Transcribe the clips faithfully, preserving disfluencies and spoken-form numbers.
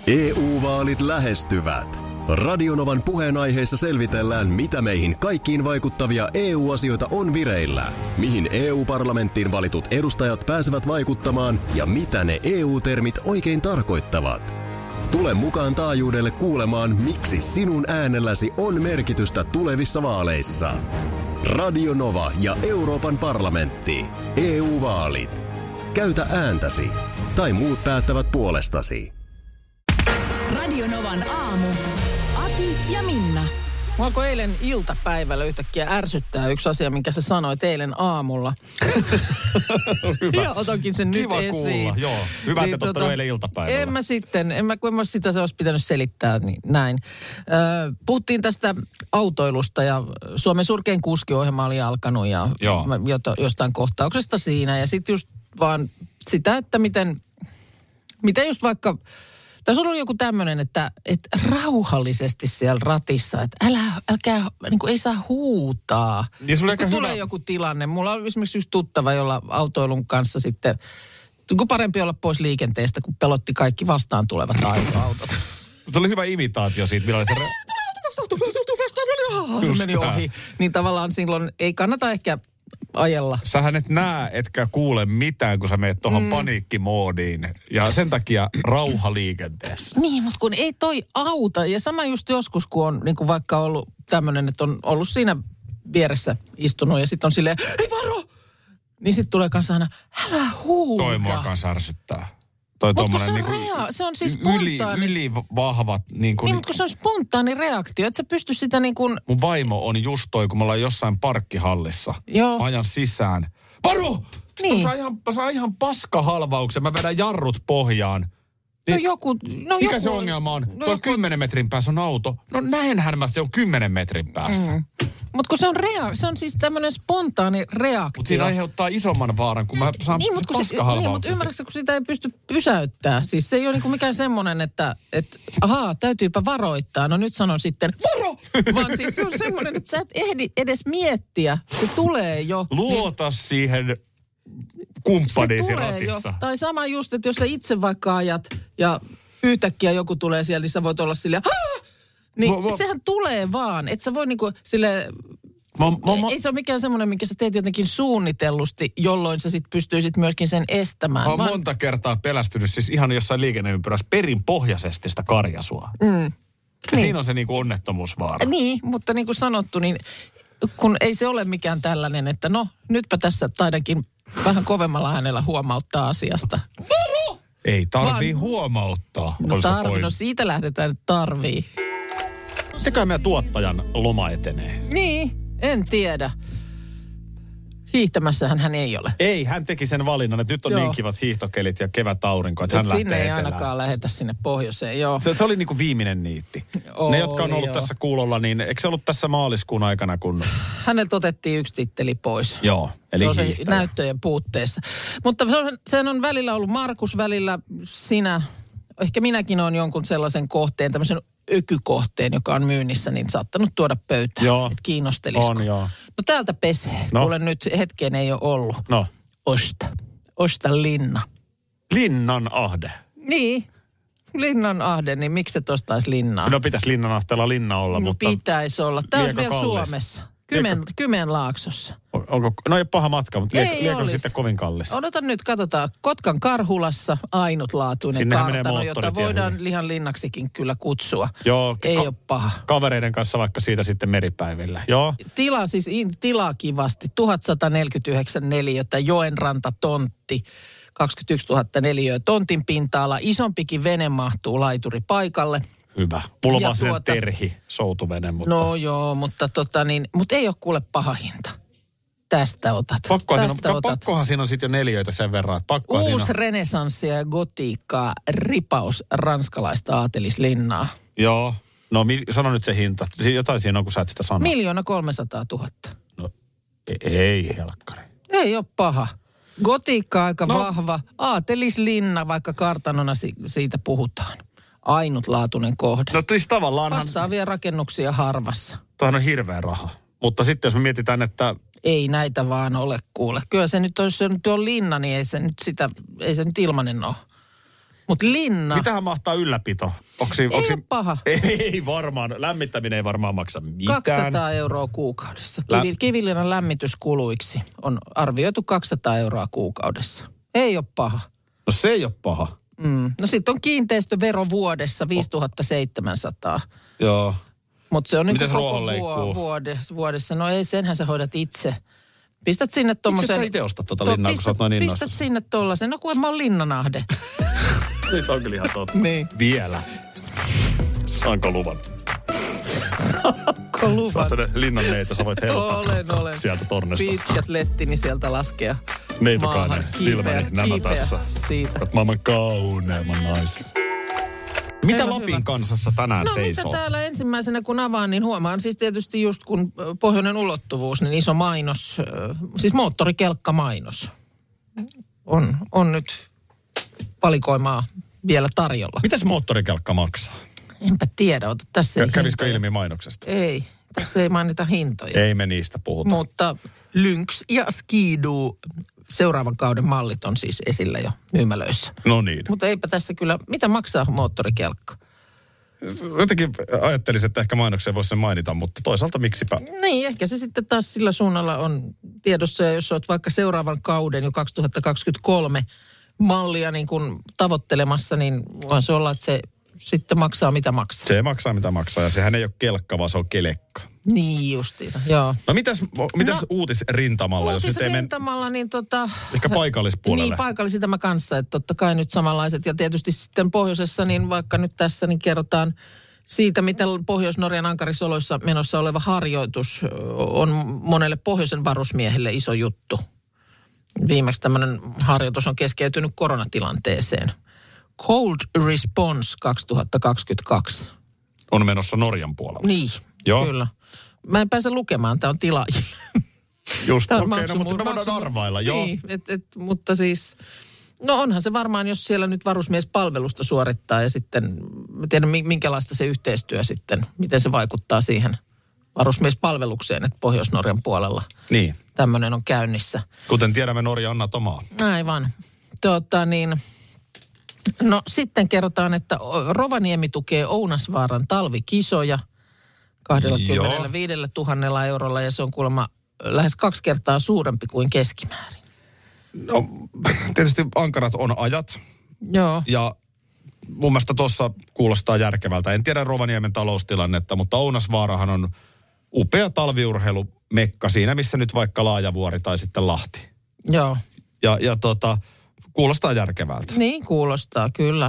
E U-vaalit lähestyvät. Radionovan puheenaiheessa selvitellään, mitä meihin kaikkiin vaikuttavia E U-asioita on vireillä, mihin E U-parlamenttiin valitut edustajat pääsevät vaikuttamaan ja mitä ne E U-termit oikein tarkoittavat. Tule mukaan taajuudelle kuulemaan, miksi sinun äänelläsi on merkitystä tulevissa vaaleissa. Radio Nova ja Euroopan parlamentti. E U-vaalit. Käytä ääntäsi. Tai muut päättävät puolestasi. Radio Novan aamu. Ati ja Minna. Mua alkoi eilen iltapäivällä yhtäkkiä ärsyttää yksi asia, minkä sä sanoit eilen aamulla. Hyvä. Ja otankin sen Kiva nyt kuulla, esiin. joo. Hyvä, niin, että tota, eilen iltapäivällä. En mä sitten, en mä, kun en mä sitä se olisi pitänyt selittää, niin näin. Ö, puhuttiin tästä autoilusta ja Suomen surkein kuskiohjelma oli alkanut ja jota, jostain kohtauksesta siinä. Ja sitten just vaan sitä, että miten, miten just vaikka... Tässä on ollut joku tämmöinen, että, että rauhallisesti siellä ratissa, että älä, älkää, niin kuin ei saa huutaa. Niin sulla kun tulee hyvä... joku tilanne. Mulla on esimerkiksi just tuttava, jolla autoilun kanssa sitten, kun parempi olla pois liikenteestä, kun pelotti kaikki vastaan tulevat autot. Se oli hyvä imitaatio siitä, millä oli se... Meni ohi. Niin tavallaan silloin ei kannata ehkä ajella. Sähän et näe, etkä kuule mitään, kun sä meet tuohon mm. paniikkimoodiin. Ja sen takia rauha liikenteessä. Niin, mutta kun ei toi auta. Ja sama just joskus, kun on niin kuin vaikka ollut tämmöinen, että on ollut siinä vieressä istunut ja sitten on silleen, hei varo! Niin sitten tulee kanssa aina, älä huuda. Toi mua kanssa ärsyttää. Toi mutta se, niinku rea- se on siis spontaani. Yli, yli vahvat. Niin, kuin, niin, mutta kun se on spontaani reaktio, että sä pysty sitä niin kuin... Mun vaimo on just toi, kun me ollaan jossain parkkihallissa. Joo. Mä ajan sisään. Varo! Niin. Mä saan ihan, mä saan ihan paskahalvauksen. Mä vedän jarrut pohjaan. No joku... No mikä joku, se ongelma on? No Tuolla joku... kymmenen metrin päässä on auto. No näinhän mä, se on kymmenen metrin päässä. Mm. Mutta kun se on, rea- se on siis tämmöinen spontaani reaktio. Mutta siinä aiheuttaa isomman vaaran, kun mä saan niin, se paskahalvauksen. Niin, mutta ymmärrätkö, kun sitä ei pysty pysäyttämään. Siis se ei ole niinku mikään semmoinen, että et, ahaa, täytyypä varoittaa. No nyt sanon sitten, varo! Vaan siis se on semmoinen, että sä et ehdi edes miettiä. Se tulee jo. Luota niin, siihen kumppaniisi ratissa. Jo. Tai sama just, että jos sä itse vaikka ajat ja yhtäkkiä joku tulee siellä, niin sä voit olla silleen, haa! Niin mä, mä, sehän tulee vaan. Että sä voi niinku sille... Mä, mä, mä, ei se ole mikään semmoinen, minkä sä teet jotenkin suunnitellusti, jolloin sä sit pystyisit myöskin sen estämään. Mä oon vaan... monta kertaa pelästynyt siis ihan jossain liikenneympyrässä perinpohjaisesti sitä karjasua. Mm. Niin. Siinä on se niinku onnettomuusvaara. Niin, mutta niin kuin sanottu, niin kun ei se ole mikään tällainen, että no nytpä tässä taidankin vähän kovemmalla äänellä huomauttaa asiasta. Ei tarvii vaan... huomauttaa. No tarvii, no siitä lähdetään, että tarvii. Sekä meidän tuottajan loma etenee. Niin, en tiedä. Hiihtämässähän hän ei ole. Ei, hän teki sen valinnan, että nyt on joo, niin kivat hiihtokelit ja kevätaurinko, että nyt hän sinne lähtee ei etelään. Ainakaan lähetä sinne pohjoiseen, joo. Se, se oli niin kuin viimeinen niitti. Oli, ne, jotka on ollut joo, tässä kuulolla, niin eikö se ollut tässä maaliskuun aikana, kun... Häneltä otettiin yksi titteli pois. Joo, eli se on hiihtäjä. Se näyttöjen puutteessa. Mutta se on, sen on välillä ollut Markus, välillä sinä, ehkä minäkin olen jonkun sellaisen kohteen, tämmöisen ökykohteen, joka on myynnissä, niin saattanut tuoda pöytään. Joo, että kiinnostelisiko. On, joo. No täältä pesee. No. Kuule nyt hetkeen ei ole ollut. No. Osta. Osta linna. Linnan ahde. Niin. Linnan ahde, niin miksi et ostaisi linnaa? No pitäisi Linnanahteella linna olla, no, mutta... pitäisi olla. Tämä on vielä kallis. Suomessa. Kymen, Kymenlaaksossa. Onko, no ei paha matka, mutta ei liekö, liekö sitten kovin kallis? Odota nyt, katsotaan. Kotkan Karhulassa ainutlaatuinen sinnehän kartano, jota voidaan lihan linnaksikin kyllä kutsua. Joo, ei ka- ole paha. Kavereiden kanssa vaikka siitä sitten meripäivillä. Joo. Tila siis, tilaa kivasti. tuhatsata neljäkymmentäyhdeksän neliötä, Joenranta tontti. kaksikymmentäyksituhatta neliöä tontin pinta-ala. Isompikin vene mahtuu laituri paikalle. Hyvä. Mulla on vaan tuota, terhi, soutuvene, mutta... No joo, mutta tota niin, mutta ei ole kuule paha hinta. Tästä otat. Pakkohan, Tästä siinä, on, otat. pakkohan siinä on sitten jo neliöitä sen verran. Pakkohan Uusi siinä... renesanssia ja gotiikkaa, ripaus ranskalaista aatelislinnaa. Joo. No mi, sano nyt se hinta. Jotain siinä on, kun sä et sitä sano. Miljoona kolmesataa tuhatta. No ei helkkari. Ei ole paha. Gotiikka aika no. vahva. Aatelislinna, vaikka kartanona si- siitä puhutaan. Ainutlaatuinen kohde. No siis tavallaan... Vastaavia rakennuksia harvassa. Tuohan on hirveä raha. Mutta sitten jos me mietitään, että... Ei näitä vaan ole kuule. Kyllä se nyt, jos se nyt on linna, niin ei se nyt sitä, ei se nyt ilmanen ole. Mutta linna... Mitähän mahtaa ylläpito? Onksi, ei onksi... ole paha. Ei varmaan. Lämmittäminen ei varmaan maksa mitään. kaksisataa euroa kuukaudessa. Kivi, Lä... Kivilinnan lämmityskuluiksi on arvioitu kaksisataa euroa kuukaudessa. Ei ole paha. No se ei ole paha. Mm. No sitten on kiinteistövero vuodessa viisituhatta seitsemänsataa. Joo. Mutta se on nyt koko vuo, vuodessa, vuodessa. No ei, senhän sä hoidat itse. Pistät sinne tommosen... Miksi et sä itse ostat tuota linnaa, to, kun sä oot noin innossa? Pistät sinne tollasen. No kun mä oon Linnanahde. Niin se on kyllä ihan totta. Niin. Vielä. Saanko luvan? Saanko luvan? Saat sä ne linnan neitä, sä voit heiluttaa. Olen, olen. Sieltä tornista. Pitkät lettini sieltä laskea. Neitokainen silmäni, nämä kiipeä tässä. Siitä. Olet maailman kauneimman naisen. Mitä Lapin hyvä. Kansassa tänään no, seisoo? No mitä täällä ensimmäisenä kun avaan, niin huomaan siis tietysti just kun pohjoinen ulottuvuus, niin iso mainos, siis moottorikelkkamainos on, on nyt valikoimaa vielä tarjolla. Mitäs moottorikelkka maksaa? Enpä tiedä, ota tässä ei Kävisikö hintoja. ilmi mainoksesta? Ei, tässä ei mainita hintoja. Ei me niistä puhuta. Mutta Lynx ja Skidoo seuraavan kauden mallit on siis esillä jo myymälöissä. No niin. Mutta eipä tässä kyllä, mitä maksaa moottorikelkka? Jotenkin ajattelisin, että ehkä mainokseen voisi sen mainita, mutta toisaalta miksipä. Niin, ehkä se sitten taas sillä suunnalla on tiedossa, ja jos olet vaikka seuraavan kauden jo kaksituhattakaksikymmentäkolme mallia niin kuin tavoittelemassa, niin voin se olla, että se sitten maksaa mitä maksaa. Se maksaa mitä maksaa, ja sehän ei ole kelkka, vaan se on kelekka. Niin justiinsa, joo. No mitäs, mitäs no, uutisrintamalla? Uutisrintamalla, niin tota... Ehkä paikallispuolelle. Niin, paikallisin tämä kanssa, että totta kai nyt samanlaiset. Ja tietysti sitten pohjoisessa, niin vaikka nyt tässä, niin kerrotaan siitä, miten Pohjois-Norjan ankarisoloissa menossa oleva harjoitus on monelle pohjoisen varusmiehelle iso juttu. Viimeksi tämmöinen harjoitus on keskeytynyt koronatilanteeseen. Cold Response kaksituhattakaksikymmentäkaksi. On menossa Norjan puolella. Niin, joo. Kyllä. Mä en pääse lukemaan, tämä on tilaajille. Just, okei, okay, no mutta me voidaan arvailla, joo. Niin, et, et, mutta siis, no onhan se varmaan, jos siellä nyt varusmiespalvelusta suorittaa ja sitten, mä tiedän minkälaista se yhteistyö sitten, miten se vaikuttaa siihen varusmiespalvelukseen, että Pohjois-Norjan puolella niin. Tämmöinen on käynnissä. Kuten tiedämme, Norja on NATO-maa. Aivan. Tota niin, no sitten kerrotaan, että Rovaniemi tukee Ounasvaaran talvikisoja kaksikymmentäviisi tuhatta eurolla ja se on kuulemma lähes kaksi kertaa suurempi kuin keskimäärin. No tietysti ankarat on ajat. Joo. Ja mun mielestä tuossa kuulostaa järkevältä. En tiedä Rovaniemen taloustilannetta, mutta Ounasvaarahan on upea talviurheilumekka siinä, missä nyt vaikka Laajavuori tai sitten Lahti. Joo. Ja, ja tota, kuulostaa järkevältä. Niin kuulostaa, kyllä.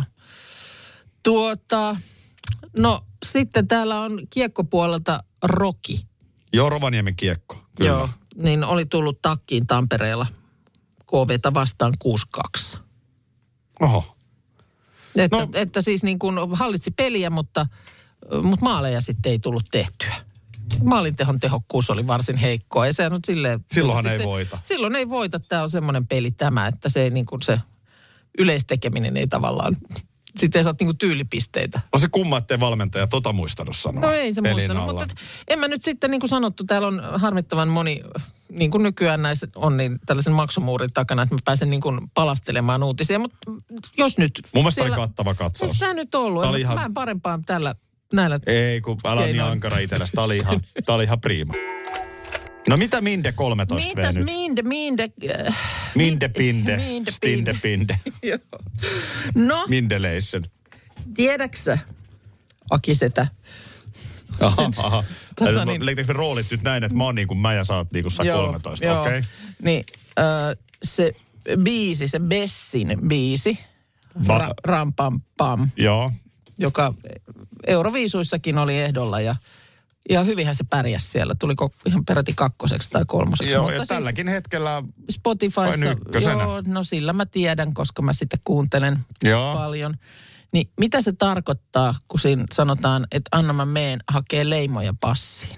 Tuota, no sitten täällä on kiekkopuolelta Roki. Joo, Rovaniemen kiekko, kyllä. Joo, niin oli tullut takkiin Tampereella K V:tä vastaan kuusi kaksi. Oho. Että, no. että siis niin kuin hallitsi peliä, mutta, mutta maaleja sitten ei tullut tehtyä. Maalintehon tehokkuus oli varsin heikkoa. Ja se on silleen, silloinhan se, ei voita. Silloin ei voita. Tämä on semmoinen peli tämä, että se, niin kuin se yleistekeminen ei tavallaan... Sitten ei saa niinku tyylipisteitä. On se kumma, ettei valmentaja tota muistanut sanoa. No ei se muistanut, mutta et, en mä nyt sitten niin kuin sanottu, täällä on harmittavan moni, niin kuin nykyään näissä on, niin tällaisen maksumuurin takana, että mä pääsen niin kuin palastelemaan uutisia. Mutta jos nyt... Mun mielestä siellä, oli kattava katsaus. Tämä nyt ollut. En, ihan... Mä en parempaa tällä, näillä... Ei, kun älä keinoin. Niin ankara itsellesi. Tämä oli ihan, tää oli ihan prima. No mitä Minde kolmetoista Mitäs V nyt? Minde, Minde... Äh, Minde Pinde, Minde Stinde Pinde. Joo. No. Mindelation. Tiedäksä, Akisetä? Aha, aha. Tota niin, leikitäänkö me roolit nyt näin, että mä oon niin kuin mä ja sä oot niin kuin sä joo, kolmetoista, okei? Okay. Niin, äh, se biisi, se Bessin biisi, Va- ra- Ram Pam Pam, joo. joka Euroviisuissakin oli ehdolla ja ja hyvinhän se pärjäsi siellä. Tuliko ihan peräti kakkoseksi tai kolmoseksi. Joo, mutta ja siis tälläkin hetkellä Spotifyssa, joo, no sillä mä tiedän, koska mä sitä kuuntelen joo. paljon. Niin mitä se tarkoittaa, kun siinä sanotaan, että anna mä meen hakee leimoja passiin?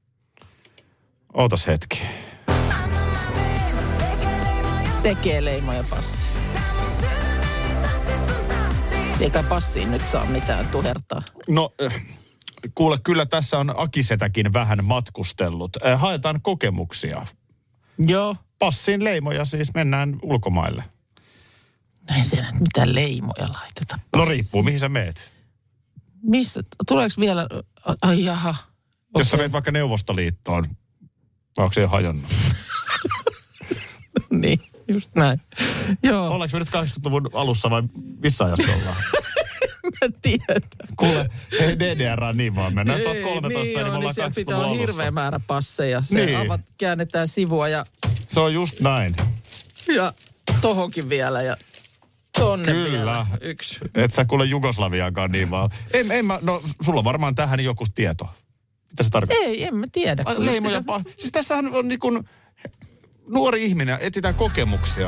Ootas hetki. Tekee leimoja passiin. Eikä passiin nyt saa mitään tuhertaa. No... Kuule, kyllä tässä on Akisetäkin vähän matkustellut. Haetaan kokemuksia. Joo. Passin leimoja siis, mennään ulkomaille. Ei siellä nyt mitään leimoja laiteta. No riippuu, mihin sä meet. Missä? Tuleeko vielä? Ai jaha. Jos sä meet vaikka Neuvostoliittoon, vai onko se jo hajonnut? Niin, just näin. Joo. Ollaanko me nyt kahdeksankymmentäluvun alussa vai missä ajassa ollaan? Mä tiedän. Kuule, ei D D R on niin vaan mennään. Jos olet kolmetoista, niin, niin me ollaan siellä pitää olla alussa. hirveä määrä passeja. Se niin. avat, käännetään sivua ja... Se on just näin. Ja tohonkin vielä ja tonne Kyllä. vielä. Yksi. Et sä kuule Jugoslaviaankaan niin vaan. En, en mä, no sulla on varmaan tähän joku tieto. Mitä se tarkoittaa? Ei, en mä tiedä. Ai, leimoja pa- Siis tässähän on niin kuin nuori ihminen, etsitään kokemuksia.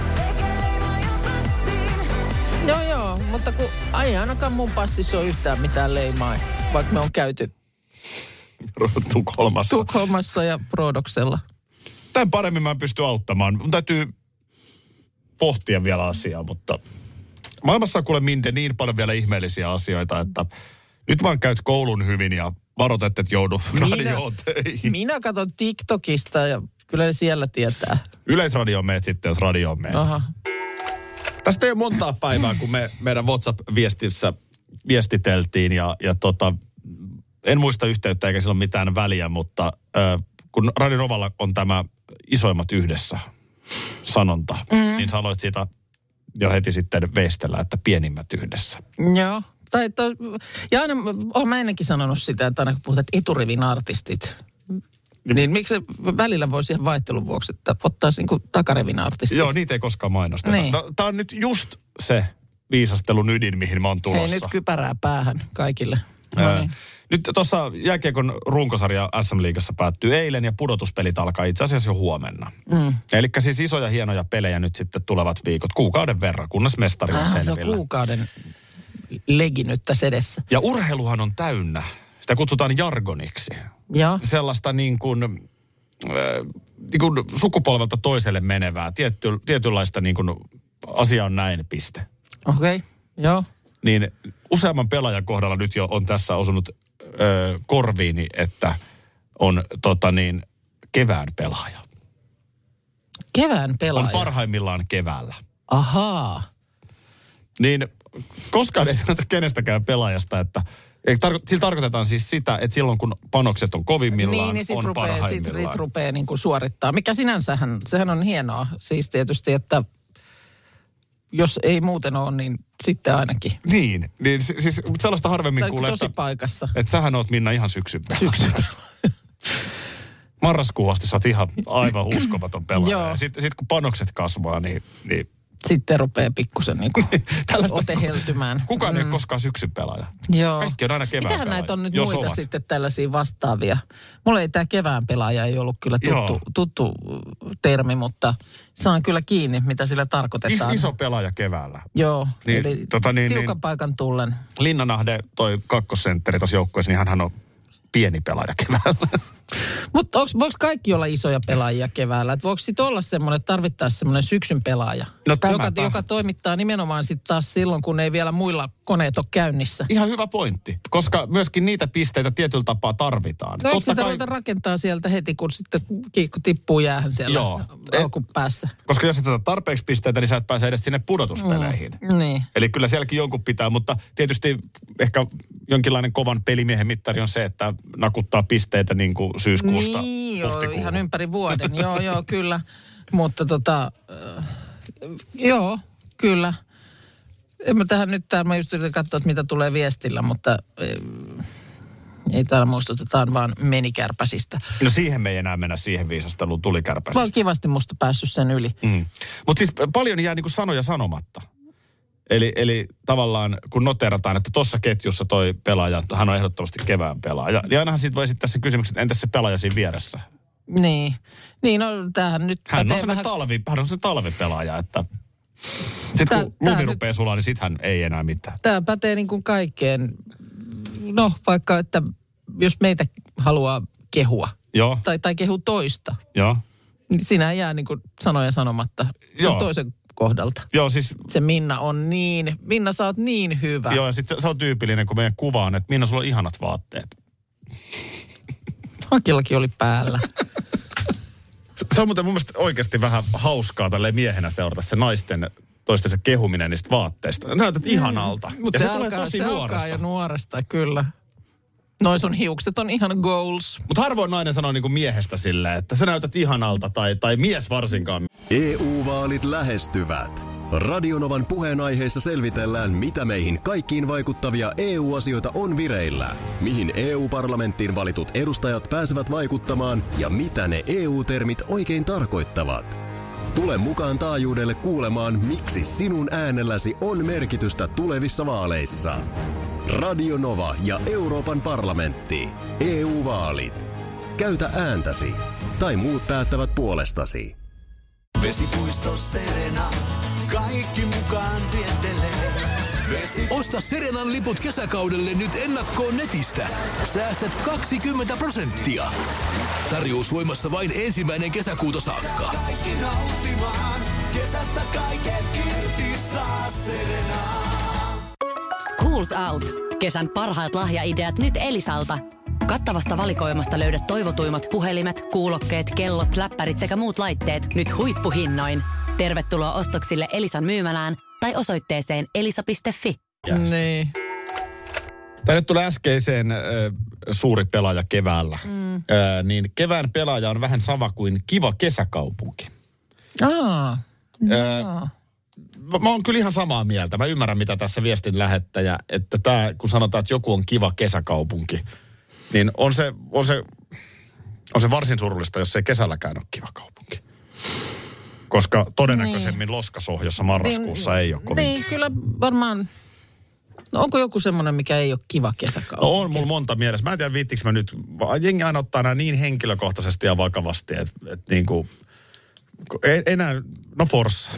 Joo, joo, mutta kun ei ainakaan mun passissa ole yhtään mitään leimaa, vaikka me on käyty Tukholmassa. Tukholmassa ja Prodoksella. Tämän paremmin mä en pysty auttamaan. Mun täytyy pohtia vielä asiaa, mutta maailmassa on kuule Minde niin paljon vielä ihmeellisiä asioita, että nyt vaan käyt koulun hyvin ja varoit, että et joudu radioon töihin. Minä katson TikTokista ja kyllä ne siellä tietää. Yleisradioon meet sitten, jos radioon meet. Aha. Tästä ei ole montaa päivää, kun me meidän WhatsApp-viestissä viestiteltiin ja, ja tota, en muista yhteyttä eikä sillä ole mitään väliä, mutta äh, kun Radio Novalla on tämä isoimmat yhdessä sanonta, mm. niin sä aloit siitä jo heti sitten veistellä, että pienimmät yhdessä. Joo. Tai to, ja aina, olen mä ennenkin sanonut sitä, että aina kun puhutaan, että eturivin artistit, niin, niin miksi se välillä voi siihen vaihtelun vuoksi, että ottaisi niin kuin takarivin artistit? Joo, niitä ei koskaan mainosteta. Niin. No, tää on nyt just se viisastelun ydin, mihin mä oon tulossa. Hei, nyt kypärää päähän kaikille. Ää, No niin. Nyt tuossa jääkiekon runkosarja S M-liigassa päättyy eilen ja pudotuspelit alkaa itse asiassa jo huomenna. Mm. Eli siis isoja hienoja pelejä nyt sitten tulevat viikot, kuukauden verran, kunnes mestari on Ah, se selvillä. on kuukauden legi nyt tässä edessä. Ja urheiluhan on täynnä, sitä kutsutaan jargoniksi. Joo. Sellaista niin kuin, äh, niin kuin sukupolvelta toiselle menevää, tietty, tietynlaista niin kuin asia on näin, piste. Okei, okay. Joo. Niin useamman pelaajan kohdalla nyt jo on tässä osunut ö, korviini, että on tota niin, kevään pelaaja. Kevään pelaaja? On parhaimmillaan keväällä. Ahaa. Niin koskaan ei sanota kenestäkään pelaajasta, että tarko- sillä tarkoitetaan siis sitä, että silloin kun panokset on kovimmillaan, niin, niin sit on rupee, parhaimmillaan. Sitten rupeaa niin kuin suorittaa, mikä sinänsähän, sehän on hienoa. Siis tietysti, että jos ei muuten ole, niin sitten ainakin. Niin, niin siis sellaista harvemmin tai kuulee, tosi että, paikassa. että sähän oot Minna ihan syksyn pelaaja. Syksyn Marraskuun asti sä oot ihan aivan uskomaton pelaaja. Joo. Ja sitten sit kun panokset kasvaa, niin, niin sitten rupeaa pikkusen niin oteheltymään. Kukaan mm. ei ole koskaan syksyn pelaaja. Joo. Kaikki on aina kevään Mitähän pelaaja. näitä on nyt jos muita ovat. sitten tällaisia vastaavia? Mulla ei tämä kevään pelaaja ei ollut kyllä tuttu, tuttu termi, mutta saan kyllä kiinni, mitä sillä tarkoitetaan. Is, iso pelaaja keväällä. Joo, niin, eli tota niin, tiukan niin, paikan tullen. Linnanahde, toi kakkosentteri tuossa joukkueessa, niin hänhän on pieni pelaaja keväällä. Mutta voiko kaikki olla isoja pelaajia keväällä? Et voiko sitten olla semmoinen, että tarvittaisiin semmoinen syksyn pelaaja, no joka, joka toimittaa nimenomaan sitten taas silloin, kun ei vielä muilla koneet ole käynnissä? Ihan hyvä pointti, koska myöskin niitä pisteitä tietyllä tapaa tarvitaan. No eikö sitä kai... rakentaa sieltä heti, kun sitten kiikku tippuu jäähän siellä Joo. alkupäässä? Koska jos et saa tarpeeksi pisteitä, niin sä et pääse edes sinne pudotuspeleihin. Mm, niin. Eli kyllä sielläkin jonkun pitää, mutta tietysti ehkä jonkinlainen kovan pelimiehen mittari on se, että nakuttaa pisteitä niin kuin syyskuusta niin, joo, ihan ympäri vuoden. joo, joo, kyllä. Mutta tota, äh, joo, kyllä. En mä tähän nyt täällä, mä just yritän katsoa, että mitä tulee viestillä, mutta äh, ei täällä muistutetaan vaan menikärpäsistä. No siihen me ei enää mennä siihen viisasteluun tulikärpäsistä. Mä oon kivasti musta päässyt sen yli. Mm. Mutta siis paljon jää niinku sanoja sanomatta. Eli, eli tavallaan kun noterataan, että tuossa ketjussa toi pelaaja, hän on ehdottomasti kevään pelaaja. Niin ainahan siitä voi esittää se kysymys, että entäs se pelaaja siinä vieressä? Niin. Niin, no tämähän nyt... Hän on, vähän... talvi, hän on se talvipelaaja, että... Sitten kun lumi rupeaa sulaa, niin sit hän ei enää mitään. Tämä pätee niin kuin kaikkeen. No, vaikka, että jos meitä haluaa kehua. Joo. Tai, tai kehu toista. Joo. Niin sinä jää niin kuin sanoja sanomatta. Joo. Toisen kohdalta. Joo, siis... Se Minna on niin... Minna, sä oot niin hyvä. Joo, ja sitten se on tyypillinen, kun meidän kuvaan, että Minna, sulla on ihanat vaatteet. Hakillakin oli päällä. Se on muuten mun mielestä oikeasti vähän hauskaa tälleen miehenä seurata se naisten toistensa kehuminen niistä vaatteista. Näytät mm. ihanalta. Mutta se, se tulee tosi se nuoresta. Alkaa jo nuoresta, kyllä. Noi sun hiukset on ihan goals. Mutta harvoin nainen sanoo niinku miehestä silleen, että sä näytät ihanalta tai, tai mies varsinkaan. E U-vaalit lähestyvät. Radionovan puheenaiheessa selvitellään, mitä meihin kaikkiin vaikuttavia E U-asioita on vireillä, mihin E U-parlamenttiin valitut edustajat pääsevät vaikuttamaan ja mitä ne E U-termit oikein tarkoittavat. Tule mukaan taajuudelle kuulemaan, miksi sinun äänelläsi on merkitystä tulevissa vaaleissa. Radio Nova ja Euroopan parlamentti. E U-vaalit. Käytä ääntäsi. Tai muut päättävät puolestasi. Vesipuisto Serena. Kaikki mukaan viettelee. Vesi... Osta Serenan liput kesäkaudelle nyt ennakkoon netistä. Säästät kaksikymmentä prosenttia. Tarjous voimassa vain ensimmäinen kesäkuuta saakka. Kaikki nauttimaan. Kesästä kaiken irti saa Serena. Schools Out. Kesän parhaat lahjaideat nyt Elisalta. Kattavasta valikoimasta löydät toivotuimmat puhelimet, kuulokkeet, kellot, läppärit sekä muut laitteet nyt huippuhinnoin. Tervetuloa ostoksille Elisan myymälään tai osoitteeseen elisa piste fi. Niin. Tänne tulee äskeiseen äh, suuri pelaaja keväällä. Mm. Äh, niin kevään pelaaja on vähän sama kuin kiva kesäkaupunki. Aa, no. äh, mä, mä oon kyllä ihan samaa mieltä. Mä ymmärrän, mitä tässä viestin lähettäjä, että tää, kun sanotaan, että joku on kiva kesäkaupunki, niin on se, on se, on se varsin surullista, jos se ei kesälläkään ole kiva kaupunki. Koska todennäköisemmin niin. Loskasohjossa marraskuussa niin, ei ole kovin. Niin, kyllä varmaan. No onko joku semmoinen, mikä ei ole kiva kesäkaupunki? No on mulla monta mielessä. Mä en tiedä, viittikö mä nyt, jengi aina ottaa nämä niin henkilökohtaisesti ja vakavasti, että et niin kuin, ei, enää, no Forssa.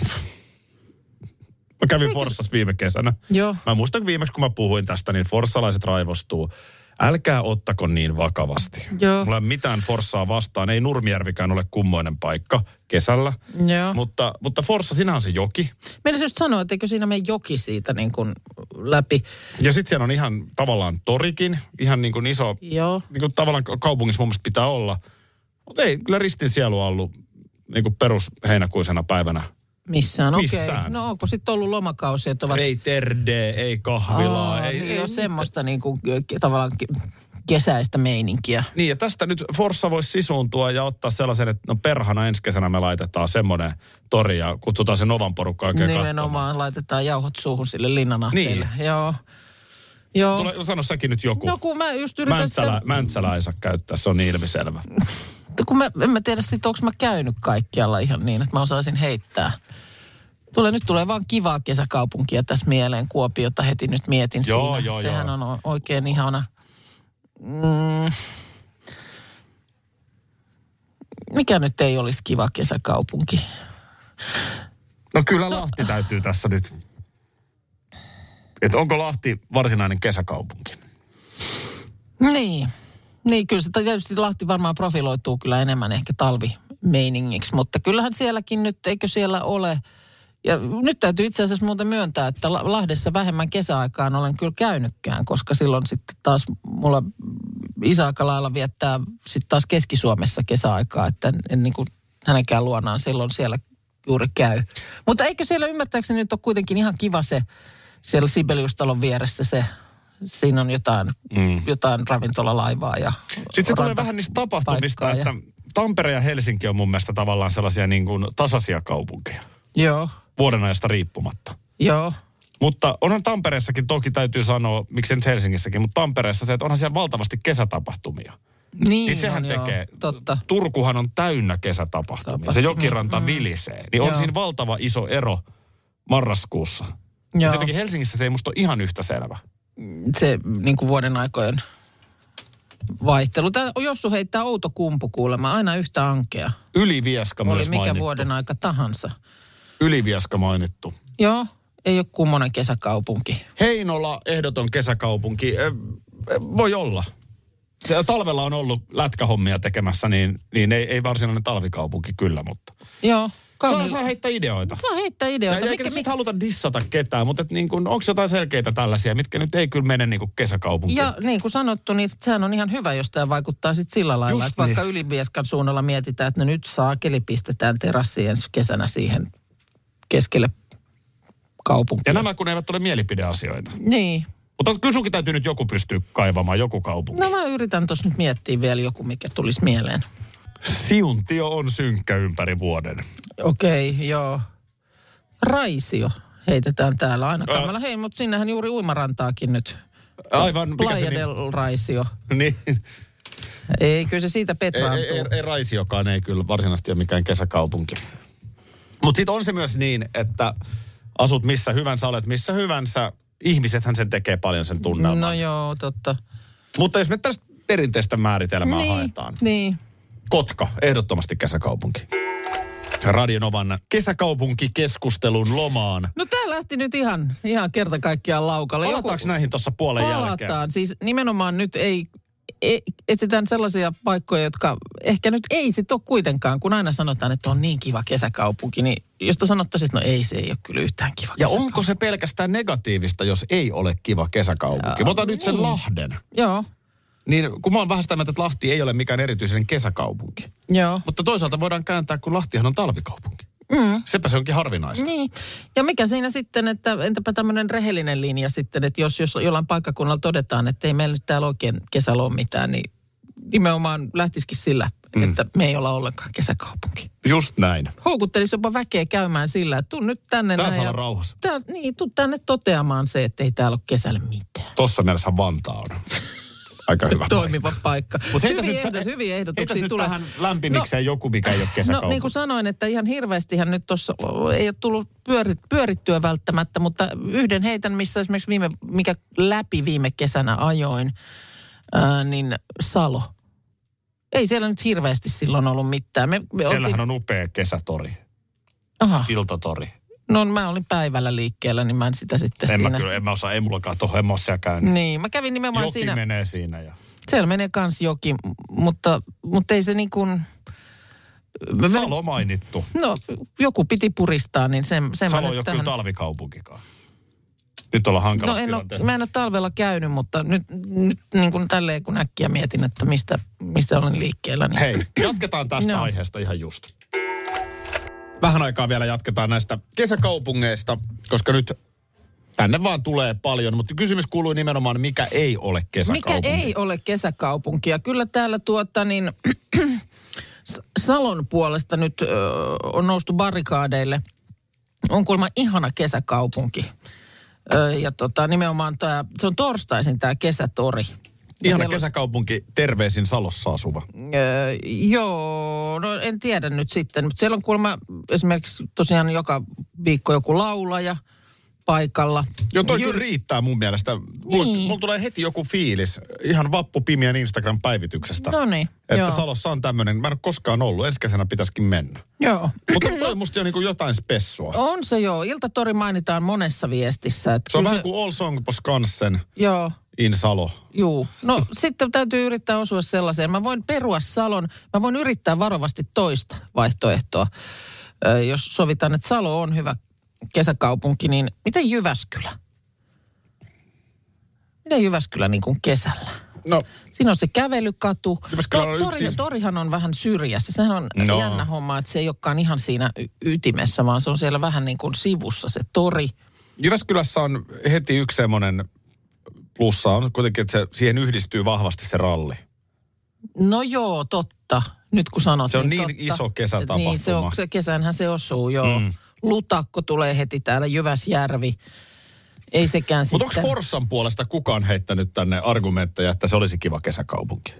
Mä kävin Eikä. Forssassa viime kesänä. Joo. Mä muistan viimeksi, kun mä puhuin tästä, niin forssalaiset raivostuu. Älkää ottako niin vakavasti. Joo. Mulla ei mitään Forssaa vastaan. Ei Nurmijärvikään ole kummoinen paikka kesällä. Joo. Mutta, mutta Forssa, sinä on se joki. Meidän just sanoa, että eikö siinä mene joki siitä niin kuin läpi. Ja sitten siellä on ihan tavallaan torikin. Ihan niin kuin iso. Joo. Niin kuin tavallaan kaupungissa mun mielestä pitää olla. Mutta ei kyllä ristin sielu ollut niin kuin perus heinäkuisena päivänä. Missään, okei. Missään. Okay. No onko sitten ollut lomakausi, että ovat... Ei terde, ei kahvilaa. Aa, ei, niin ei ole semmoista niin kuin, tavallaan kesäistä meininkiä. Niin ja tästä nyt Forssa voisi sisuuntua ja ottaa sellaisen, että no perhana ensi kesänä me laitetaan semmoinen tori ja kutsutaan se Novan porukka oikein katsomaan. Nimenomaan laitetaan jauhot suuhun sille linnanahteelle. Niin. Joo. Joo. Tule, sano säkin nyt joku. No kun mä just yritän Mäntsälä, sitä... Mäntsälä ei saa käyttää, se on niin ilmiselvä. Kun mä, en mä tiedä sitten, onko mä käynyt kaikkialla ihan niin, että mä osaisin heittää. Tulee, nyt tulee vaan kivaa kesäkaupunkia tässä mieleen, Kuopiota heti nyt mietin joo, siinä. Joo, Sehän joo. on oikein ihana. Mm. Mikä nyt ei olisi kiva kesäkaupunki? No kyllä Lahti täytyy tässä nyt. Että onko Lahti varsinainen kesäkaupunki? Niin. Niin, kyllä se tietysti Lahti varmaan profiloituu kyllä enemmän ehkä talvimeiningiksi, mutta kyllähän sielläkin nyt, eikö siellä ole... Ja nyt täytyy itse asiassa muuten myöntää, että Lahdessa vähemmän kesäaikaan olen kyllä käynytkään, koska silloin sitten taas mulla isä aika lailla viettää sitten taas Keski-Suomessa kesäaikaa, että en, en niin kuin hänenkään luonaan silloin siellä juuri käy. Mutta eikö siellä ymmärtääkseni nyt ole kuitenkin ihan kiva se, siellä Sibeliustalon vieressä se, siinä on jotain, mm. jotain ravintolalaivaa ja sitten se tulee vähän niistä tapahtumista, että ja... Tampere ja Helsinki on mun mielestä tavallaan sellaisia niin kuin tasaisia kaupunkeja. Joo. Vuodenajasta riippumatta. Joo. Mutta onhan Tampereessakin, toki täytyy sanoa, miksei nyt Helsingissäkin, mutta Tampereessa se, että onhan siellä valtavasti kesätapahtumia. Niin, niin sehän on, tekee. Joo, totta. Turkuhan on täynnä kesätapahtumia. Tapahtumia. Se jokiranta mm. vilisee. Niin on siinä valtava iso ero marraskuussa. Joo. Jotenkin Helsingissä se ei musta ole ihan yhtä selvä. Se niin kuin vuoden aikojen vaihtelu. Tämä Jossu heittää Outokumpu kuulemma, aina yhtä ankea. Ylivieska myös oli mikä mainittu. Vuoden aika tahansa. Ylivieska mainittu. Joo, ei ole kummonen kesäkaupunki. Heinola, ehdoton kesäkaupunki. E, voi olla. Talvella on ollut lätkähommia tekemässä, niin, niin ei, ei varsinainen talvikaupunki kyllä, mutta... Joo. Saa, saa heittää ideoita. Saa heittää ideoita. Ja eikä nyt mikä... haluta dissata ketään, mutta et niin kun, onko jotain selkeitä tällaisia, mitkä nyt ei kyllä mene niin kuin kesäkaupunkiin? Ja niin kuin sanottu, niin sehän on ihan hyvä, jos tämä vaikuttaa sitten sillä lailla, just että niin. Vaikka Ylivieskan suunnalla mietitään, että no nyt saakeli pistetään terassi ensi kesänä siihen keskelle kaupunkia. Ja nämä kun eivät ole mielipideasioita. Niin. Mutta kyllä sunkin täytyy nyt joku pystyä kaivamaan, joku kaupunki. No mä yritän tuossa nyt miettiä vielä joku, mikä tulisi mieleen. Siuntio on synkkä ympäri vuoden. Okei, okay, joo. Raisio heitetään täällä aina kammalla. Hei, mutta sinnehän juuri uimarantaakin nyt. Aivan. Playa del Raisio. Niin. Ei, kyllä se siitä petraantuu. Ei, ei, ei Raisiokaan ei kyllä varsinaisesti ole mikään kesäkaupunki. Mutta sitten on se myös niin, että asut missä hyvänsä, olet missä hyvänsä. Ihmisethän sen tekee paljon sen tunnelman. No joo, totta. Mutta jos me tällaista perinteistä määritelmää niin, haetaan. Niin. Kotka, ehdottomasti kesäkaupunki. Radionovan kesäkaupunkikeskustelun lomaan. No tää lähti nyt ihan, ihan kerta kaikkiaan laukalle. Palataanko Joku... näihin tuossa puolen Palataan. jälkeen? Palataan. Siis nimenomaan nyt ei, ei, etsitään sellaisia paikkoja, jotka ehkä nyt ei sit ole kuitenkaan, kun aina sanotaan, että on niin kiva kesäkaupunki, niin jos sanottaisiin, että no ei, se ei ole kyllä yhtään kiva Ja onko se pelkästään negatiivista, jos ei ole kiva kesäkaupunki? Mä otan nyt sen niin. Lahden. Joo. Niin, kun mä oon vähän sitä mieltä, että Lahti ei ole mikään erityisen kesäkaupunki. Joo. Mutta toisaalta voidaan kääntää, kun Lahtihan on talvikaupunki. Mm. Sepä se onkin harvinaista. Niin. Ja mikä siinä sitten, että entäpä tämmöinen rehellinen linja sitten, että jos, jos jollain paikkakunnalla todetaan, että ei meillä nyt täällä oikein kesällä ole mitään, niin nimenomaan lähtisikin sillä, mm. että me ei olla ollenkaan kesäkaupunki. Just näin. Houkuttelisi jopa väkeä käymään sillä, että tuu nyt tänne. Täällä saa olla rauhassa. Tää, niin, tuu tänne toteamaan se, että ei täällä ole kesällä mitään. Tossa mielessä Vantaa on. Aika hyvä toimiva paikka. Mutta hyviä, ehdot, hyviä ehdotuksia nyt tulee. tähän lämpimikseen no, joku, mikä ei ole kesäkaupunki. No niin kuin sanoin, että ihan hirveästihän nyt tuossa ei ole tullut pyörit, pyörittyä välttämättä, mutta yhden heitän, missä esimerkiksi viime, mikä läpi viime kesänä ajoin, ää, niin Salo. Ei siellä nyt hirveästi silloin ollut mitään. Me, me Siellähän oltiin... on upea kesätori. Aha. Iltatori. No mä olin päivällä liikkeellä, niin mä en sitä sitten en siinä. Mä kyllä, en mä osaa, ei mullakaan tuohon, en mä ole siellä käynyt. Niin, mä kävin nimenomaan joki siinä. Joki menee siinä ja... Siellä menee kans joki, mutta, mutta ei se niin kuin... Salo mainittu. No, joku piti puristaa, niin sen, sen Salo ei ole tähän... kyllä talvikaupunkikaan. Nyt ollaan hankalassa no, en tilanteessa. Ole, mä en ole talvella käynyt, mutta nyt, nyt niin kuin tälleen kun äkkiä mietin, että mistä, mistä olen liikkeellä. Niin... Hei, jatketaan tästä no. aiheesta ihan just. Vähän aikaa vielä jatketaan näistä kesäkaupungeista, koska nyt tänne vaan tulee paljon. Mutta kysymys kuului nimenomaan, mikä ei ole kesäkaupunki. Mikä ei ole kesäkaupunki. Ja kyllä täällä tuota niin, Salon puolesta nyt ö, on noustu barrikaadeille. On kuulemma ihana kesäkaupunki. Ö, ja tota, nimenomaan tää, se on torstaisin tämä kesätori. Ihana siellä... kesäkaupunki, terveisin Salossa asuva. Öö, joo, no en tiedä nyt sitten. Mutta siellä on kuulemma esimerkiksi tosiaan joka viikko joku laulaja paikalla. Joo, toi Jyr... kyllä riittää mun mielestä. Mulla, niin. mulla tulee heti joku fiilis ihan Vappupimian Instagram-päivityksestä. No niin, Että joo. Salossa on tämmöinen, mä en ole koskaan ollut, ensi kesänä pitäisikin mennä. Joo. Mutta toi musta jo niin kuin jotain spessua. On se joo. Iltatori mainitaan monessa viestissä. Että se on vähän se... kuin All Song på Skansen. Joo. In Salo. Juu. No sitten täytyy yrittää osua sellaiseen. Mä voin perua Salon. Mä voin yrittää varovasti toista vaihtoehtoa. Ö, jos sovitaan, että Salo on hyvä kesäkaupunki, niin miten Jyväskylä? Miten Jyväskylä niin kuin kesällä? No. Siinä on se kävelykatu. Jyväskylä on tori, yksi... Torihan on vähän syrjässä. Sehän on no. jännä homma, että se ei olekaan ihan siinä y- ytimessä, vaan se on siellä vähän niin kuin sivussa se tori. Jyväskylässä on heti yksi semmoinen plussa on kuitenkin, että se, siihen yhdistyy vahvasti se ralli. No joo, totta. Nyt kun sanot, se on niin totta. iso kesätapahtuma. Niin, se on, se kesänhän se osuu, joo. Mm. Lutakko tulee heti täällä, Jyväsjärvi. Ei sekään sitten. Mutta onko Forssan puolesta kukaan heittänyt tänne argumentteja, että se olisi kiva kesäkaupunki?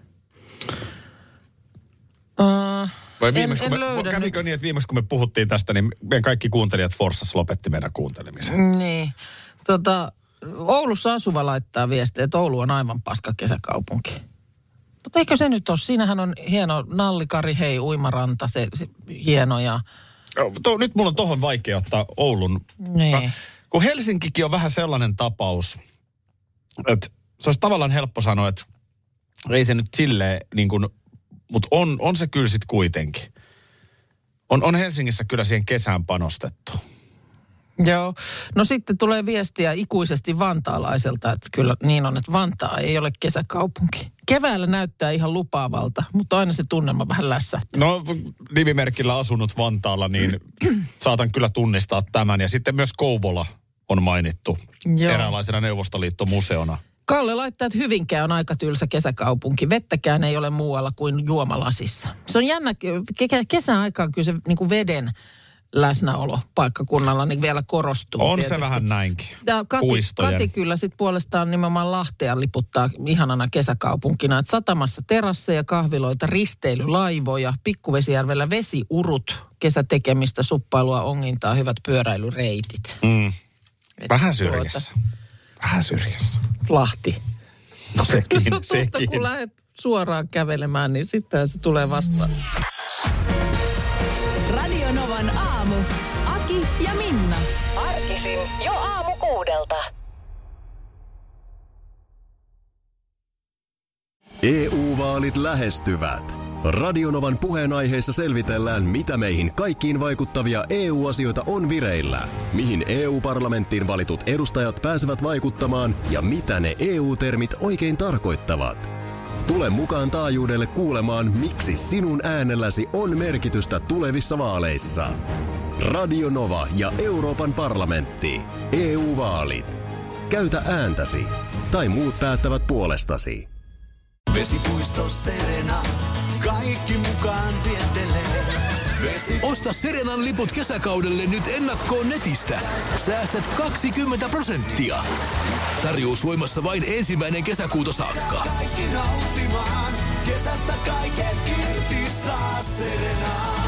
Uh, Vai viimeksi, en, kun en me, kävikö niin, että viimeksi kun me puhuttiin tästä, niin meidän kaikki kuuntelijat Forssassa lopetti meidän kuuntelemisen? Niin. Tota, Oulussa asuva laittaa viestiä, että Oulu on aivan paska kesäkaupunki. Mutta eikö se nyt ole? Siinähän on hieno Nallikari, hei, uimaranta, se, se hieno ja... To, nyt mulla on tohon vaikea ottaa Oulun. Niin. Mä, kun Helsinkikin on vähän sellainen tapaus, että se olisi tavallaan helppo sanoa, että ei se nyt silleen niin kuin, mutta on, on se kyllä sitten kuitenkin. On, on Helsingissä kyllä siihen kesään panostettu. Joo. No sitten tulee viestiä ikuisesti vantaalaiselta, että kyllä niin on, että Vantaa ei ole kesäkaupunki. Keväällä näyttää ihan lupaavalta, mutta aina se tunnelma vähän lässähtää. No nimimerkillä asunut Vantaalla, niin saatan kyllä tunnistaa tämän. Ja sitten myös Kouvola. on mainittu Joo. eräänlaisena Neuvostoliittomuseona. Kalle laittaa, että Hyvinkää on aika tylsä kesäkaupunki. Vettäkään ei ole muualla kuin juomalasissa. Se on jännä. Ke- kesäaikaan kyllä se niin kuin veden läsnäolo paikkakunnalla niin vielä korostuu. On tietysti. Se vähän näinkin. Ja Kati, Kati kyllä sitten puolestaan nimenomaan Lahtea liputtaa ihanana kesäkaupunkina. Että satamassa terasseja, kahviloita, risteilylaivoja, Pikkuvesijärvellä vesiurut, kesätekemistä, suppailua, ongintaa, hyvät pyöräilyreitit. Mm. Vähän syrjässä. Tuota, vähän syrjässä. Lahti. No sekin, no tuosta sekin. kun lähdet suoraan kävelemään, niin sitten se tulee vastaan. Radio Novan aamu. Aki ja Minna. Arkisin jo aamu kuudelta. E U-vaalit lähestyvät. Radio Novan puheenaiheessa selvitellään, mitä meihin kaikkiin vaikuttavia E U-asioita on vireillä, mihin E U-parlamenttiin valitut edustajat pääsevät vaikuttamaan ja mitä ne E U-termit oikein tarkoittavat. Tule mukaan taajuudelle kuulemaan, miksi sinun äänelläsi on merkitystä tulevissa vaaleissa. Radio Nova ja Euroopan parlamentti. E U-vaalit. Käytä ääntäsi. Tai muut päättävät puolestasi. Vesipuisto Serena. Kaikki mukaan viettelee. Vesi... Osta Serenan liput kesäkaudelle nyt ennakkoon netistä. Säästät kaksikymmentä prosenttia. Tarjous voimassa vain ensimmäinen kesäkuuta saakka. Kaikki nauttimaan. Kesästä kaiken irti saa Serena.